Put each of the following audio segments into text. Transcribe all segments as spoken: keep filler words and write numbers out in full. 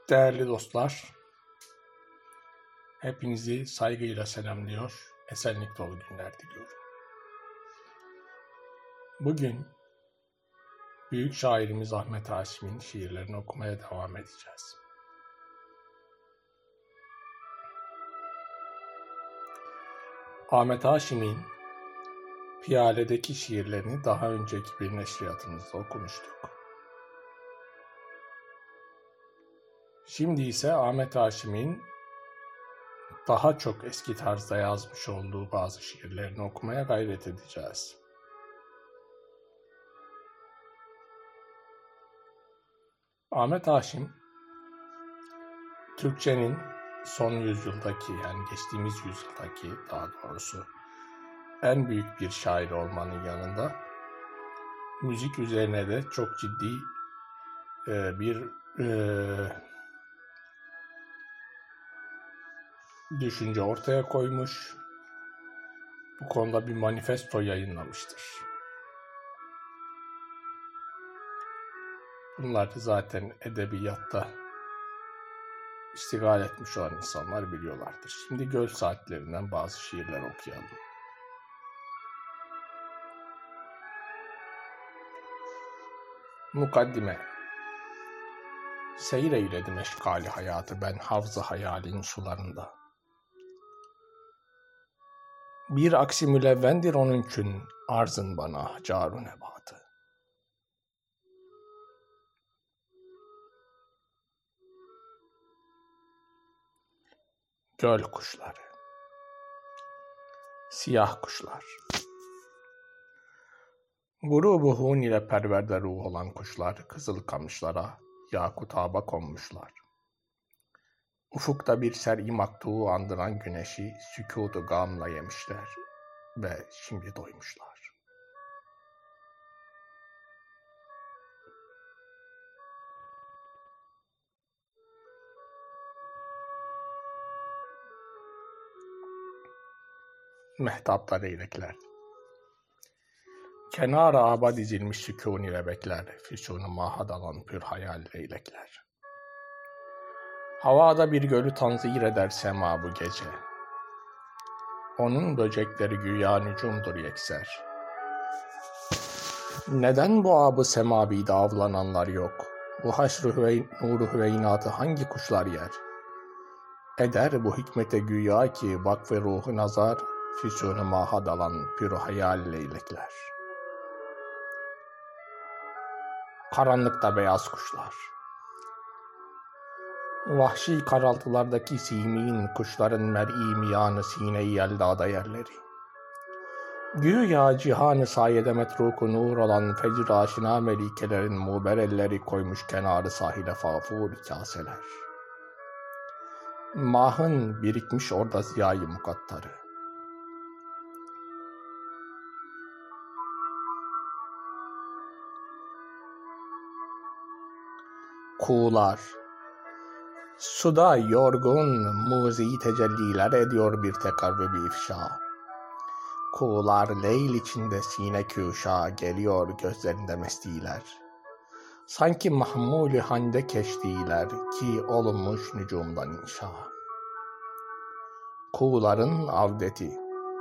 Değerli dostlar, hepinizi saygıyla selamlıyor, esenlik dolu günler diliyorum. Bugün büyük şairimiz Ahmet Haşim'in şiirlerini okumaya devam edeceğiz. Ahmet Haşim'in Piyale'deki şiirlerini daha önceki bir neşriyatımızda okumuştuk. Şimdi ise Ahmet Haşim'in daha çok eski tarzda yazmış olduğu bazı şiirlerini okumaya gayret edeceğiz. Ahmet Haşim, Türkçenin son yüzyıldaki, yani geçtiğimiz yüzyıldaki daha doğrusu en büyük bir şair olmanın yanında müzik üzerine de çok ciddi e, bir e, düşünce ortaya koymuş. Bu konuda bir manifesto yayınlamıştır. Bunları zaten edebiyatta iştigal etmiş olan insanlar biliyorlardır. Şimdi Göl Saatlerinden bazı şiirler okuyalım. Mukaddime. Seyir eyledim eşkali hayatı ben havz-ı hayalin sularında. Bir aksi mülevvendir onun için arzın bana caru nebatı. Göl kuşları. Siyah kuşlar. Grubu hun ile perverde ruh olan kuşlar kızıl kamışlara, yakutaba konmuşlar. Ufukta bir ser-i maktuğu andıran güneşi sükût-u gamla yemişler ve şimdi doymuşlar. Mehtapta leylekler. Kenara aba dizilmiş sükûn ile bekler, füsûn-u maha dalan pür hayal leylekler. Havada bir gölü tanzir eder sema bu gece. Onun böcekleri güya nücumdur yekser. Neden bu abı semabide avlananlar yok? Bu haşr-ı hüveyn, nur-u hüveynatı hangi kuşlar yer? Eder bu hikmete güya ki vakf ve ruhu nazar, füsûn-u maha dalan pür hayal leylekler. Karanlıkta beyaz kuşlar. Vahşi karaltılardaki simin kuşların mer'i miyanı sine-i yeldada yerleri. Güya cihan-ı sayede metruku nur olan fecr aşina melikelerin muber elleri koymuş kenarı sahile fafur kaseler. Mahın birikmiş orada ziyayı mukattarı. Kuğular. Suda yorgun muzi tecelliler ediyor bir tekarrüb-i ifşa. Kuğular leyl içinde sine küşa geliyor gözlerinde mestiler. Sanki mahmul-i hande keştiler ki olunmuş nücumdan inşa. Kuğuların avdeti.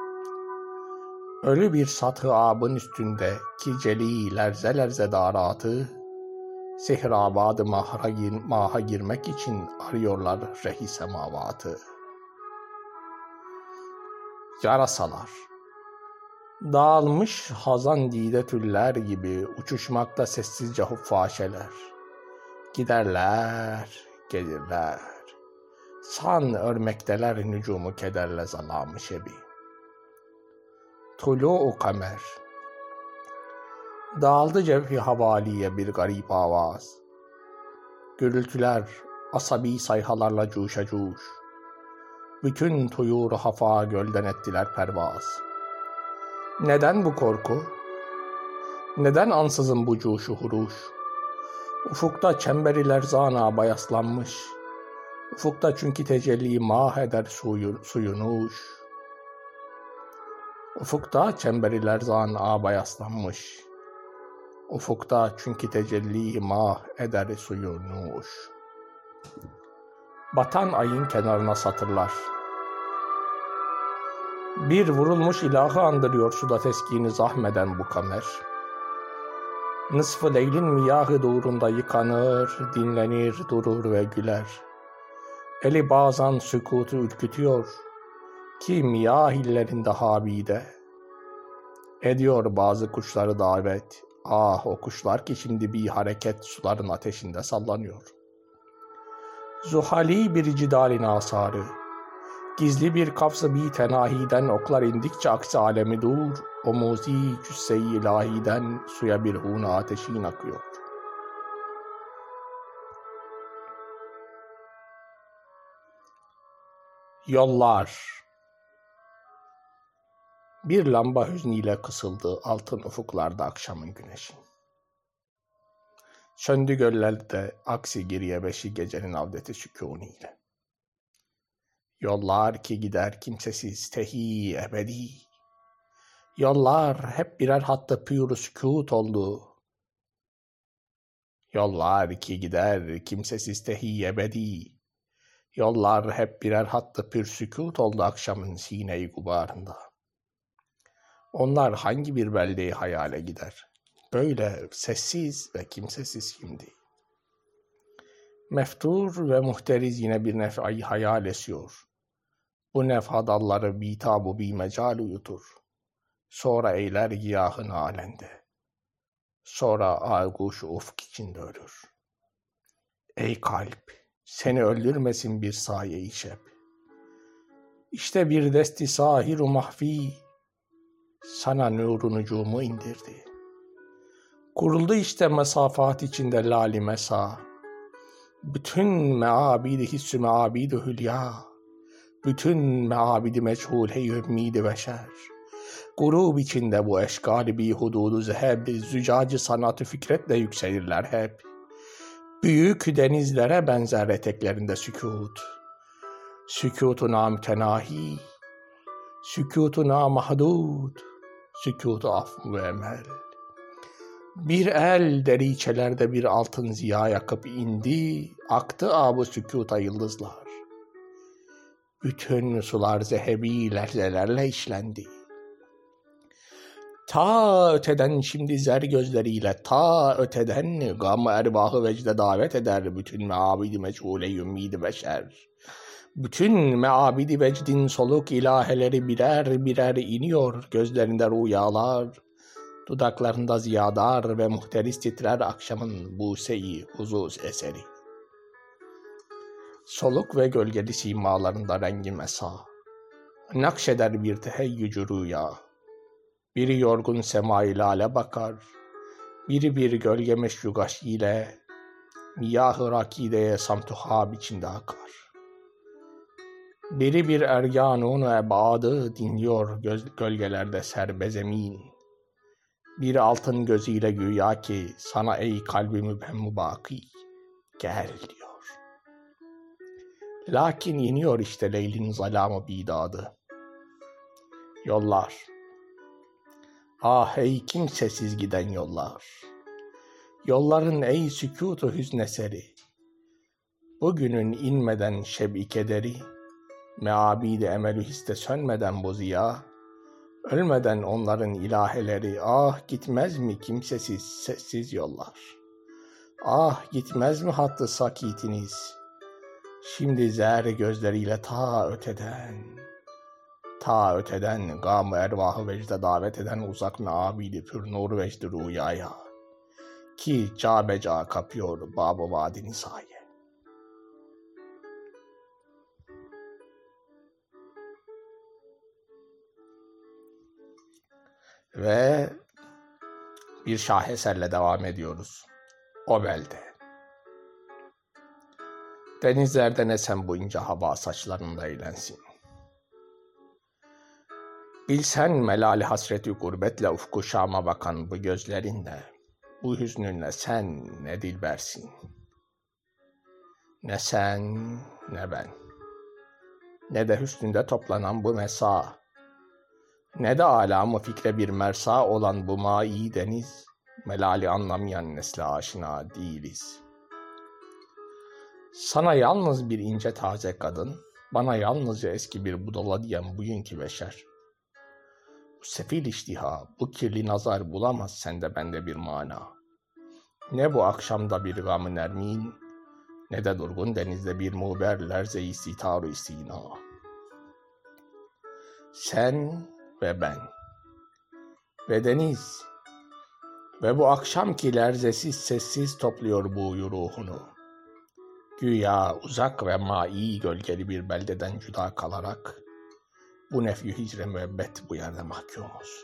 Ölü bir satı abın üstünde ki celi lerze lerze daratı. Sehrabad-ı maha, gir, maha girmek için arıyorlar rehi semavatı. Yarasalar. Dağılmış hazan dide tüller gibi uçuşmakta sessizce huffaşeler. Giderler, gelirler. San örmekteler nücumu kederle zalam-ı şebi. Tulu-u kamer. Dağıldı cevhi havaliye bir garip avaz. Gürültüler asabi sayhalarla cuşa cuş. Bütün tuyur hafa gölden ettiler pervaz. Neden bu korku? Neden ansızın bu cuşu huruş? Ufukta çemberi lerzana bayaslanmış. Ufukta çünkü tecelli mah eder suyu, suyunuş. Ufukta çemberi lerzana bayaslanmış. Ufukta çünkü tecelli mah eder suyu nuş. Batan ayın kenarına satırlar. Bir vurulmuş ilahı andırıyor suda teskini zahmeden bu kamer. Nısf-ı leylin miyahı doğrunda yıkanır, dinlenir, durur ve güler. Eli bazen sükutu ürkütüyor ki miyah illerinde habide. Ediyor bazı kuşları davet. Ah o kuşlar ki şimdi bir hareket suların ateşinde sallanıyor. Zuhali bir cidalin asarı. Gizli bir kafz-ı bi tenahiden oklar indikçe aksi alemi dur. O muzi cüsse-i ilahiden suya bir hûn ateşin akıyor. Yollar. Bir lamba hüznüyle kısıldı altın ufuklarda akşamın güneşi. Söndü göllerde aksi geriye beşi gecenin avdeti sükûniyle. Yollar ki gider kimsesiz tehi ebedi. Yollar hep birer hatta pür sükût oldu. Yollar ki gider kimsesiz tehi ebedi. Yollar hep birer hatta pür sükût oldu akşamın sine-i gubarında. Onlar hangi bir beldeyi hayale gider? Böyle sessiz ve kimsesiz şimdi. Meftur ve muhteriz yine bir nef'ayı hayal esiyor. Bu nefha dalları bitabu bi mecal uyutur. Sonra eyler giyahın alende. Sonra ağuş ufk içinde ölür. Ey kalp, seni öldürmesin bir saye-i şeb. İşte bir desti sahir-u mahfi sana nur-u nucumu indirdi. Kuruldu işte mesafat içinde lali mesa. Bütün meabidi hissü meabidi hülya. Bütün meabidi meçhul-i ümmid-i beşer. Gurub içinde bu eşkal-i bi hududu zeheb, zücacı sanatı fikretle yükselirler hep. Büyük denizlere benzer eteklerinde sükût. Sükûtu namütenahi, sükûtu namahdud, sükûtu affı ve emel. Bir el deriçelerde bir altın ziya yakıp indi, aktı abı sükûta yıldızlar. Bütün sular zehebi lehzelerle işlendi. Ta öteden şimdi zer gözleriyle, ta öteden gam-ı erbahı vecde davet eder bütün meabidi meçhule ümmid-i beşer. Bütün meabidi vecdin soluk ilaheleri birer birer iniyor, gözlerinde rüyalar, dudaklarında ziyadar ve muhteris titrer akşamın buse-i huzuz eseri. Soluk ve gölgeli simalarında rengi mesa, nakşeder bir teheyyücü rüya. Biri yorgun sema-i lale bakar, biri bir gölge meşrugaş ile miyah-ı rakideye samtuhab içinde akar. Biri bir erganun-u ebadı dinliyor göz, gölgelerde serbezemin. Bir altın gözüyle güya ki sana ey kalbimi ben mübaki gel diyor. Lakin iniyor işte leylin zalam-ı bidadı. Yollar. Ah ey kimsesiz giden yollar. Yolların ey sükûtu hüzneseri. Bugünün inmeden şeb-i kederi. Meabid-i emelü histe sönmeden bu ziya. Ölmeden onların ilaheleri. Ah gitmez mi kimsesiz sessiz yollar. Ah gitmez mi hattı sakitiniz. Şimdi zer gözleriyle ta öteden. Ta öteden gam-ı ervahı vecde davet eden uzak meabidi pür nur vecdi rüyaya. Ki cabeca kapıyor bab-ı vadi nisaya. Ve bir şaheserle devam ediyoruz. O belde. Denizlerden esen bu ince hava saçlarında eğlensin. Bilsen melali hasreti gurbetle ufku Şam'a bakan bu gözlerinle, bu hüznünle sen ne dilbersin. Ne sen ne ben. Ne de hüsnünde toplanan bu mesa. Ne de alamı fikre bir mersa olan bu mai deniz, melali anlamayan nesle aşina değiliz. Sana yalnız bir ince taze kadın, bana yalnızca eski bir budala diyen bugünkü beşer. Bu sefil iştiha, bu kirli nazar bulamaz sende bende bir mana. Ne bu akşamda bir gam-ı nermin, ne de durgun denizde bir muber lerze-i sitar-ı sina. Sen ve ben ve deniz ve bu akşamki lerzesiz sessiz topluyor buğyu ruhunu. Güya uzak ve mai gölgeli bir beldeden cüda kalarak bu nefyü hicre müebbet bu yerde mahkumuz.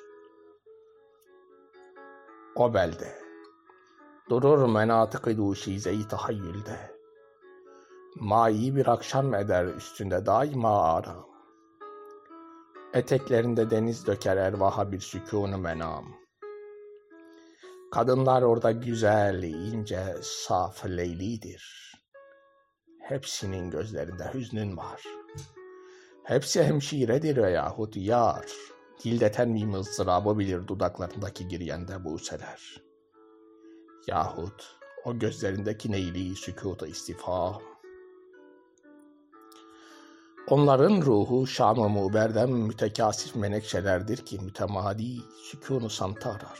O belde durur menatık-ı duşize-i tahayyülde. Mai bir akşam eder üstünde daima aram. Eteklerinde deniz döker ervaha bir sükûn-u menam. Kadınlar orada güzel, ince, saf, leylidir. Hepsinin gözlerinde hüznün var. Hepsi hemşiredir veyahut yar. Dilde tenvim ızdırabı bilir dudaklarındaki giryende buseler. Yahut o gözlerindeki neyli sükût-u istifham. Onların ruhu Şam-ı Muber'den mütekasif menekşelerdir ki mütemadi sükûn-u samtı arar.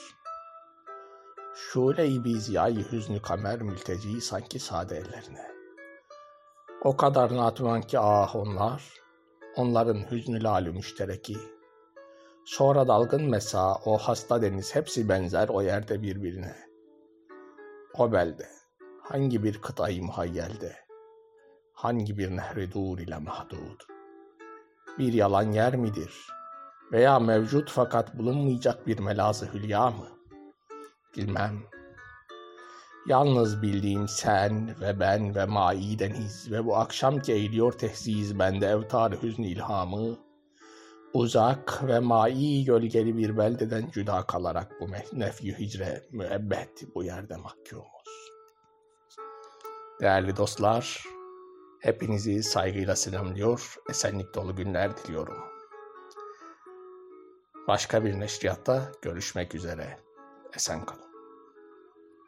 Şule-i biziyayı hüznü kamer mülteci sanki sade ellerine. O kadar natman ki ah onlar, onların hüznü lâl-ü müştereki. Sonra dalgın mesa, o hasta deniz hepsi benzer o yerde birbirine. O belde, hangi bir kıtayı muhayyelde, hangi bir nehri dur ile mahdud? Bir yalan yer midir? Veya mevcut fakat bulunmayacak bir melaz-ı hülya mı? Bilmem. Yalnız bildiğim sen ve ben ve mai deniz ve bu akşamki eğiliyor tehziz bende evtar hüzn ilhamı, uzak ve mai gölgeli bir beldeden cüda kalarak bu nefyü hicre müebbet bu yerde mahkumuz. Değerli dostlar, hepinizi saygıyla selamlıyor, esenlik dolu günler diliyorum. Başka bir neşriyatta görüşmek üzere. Esen kalın.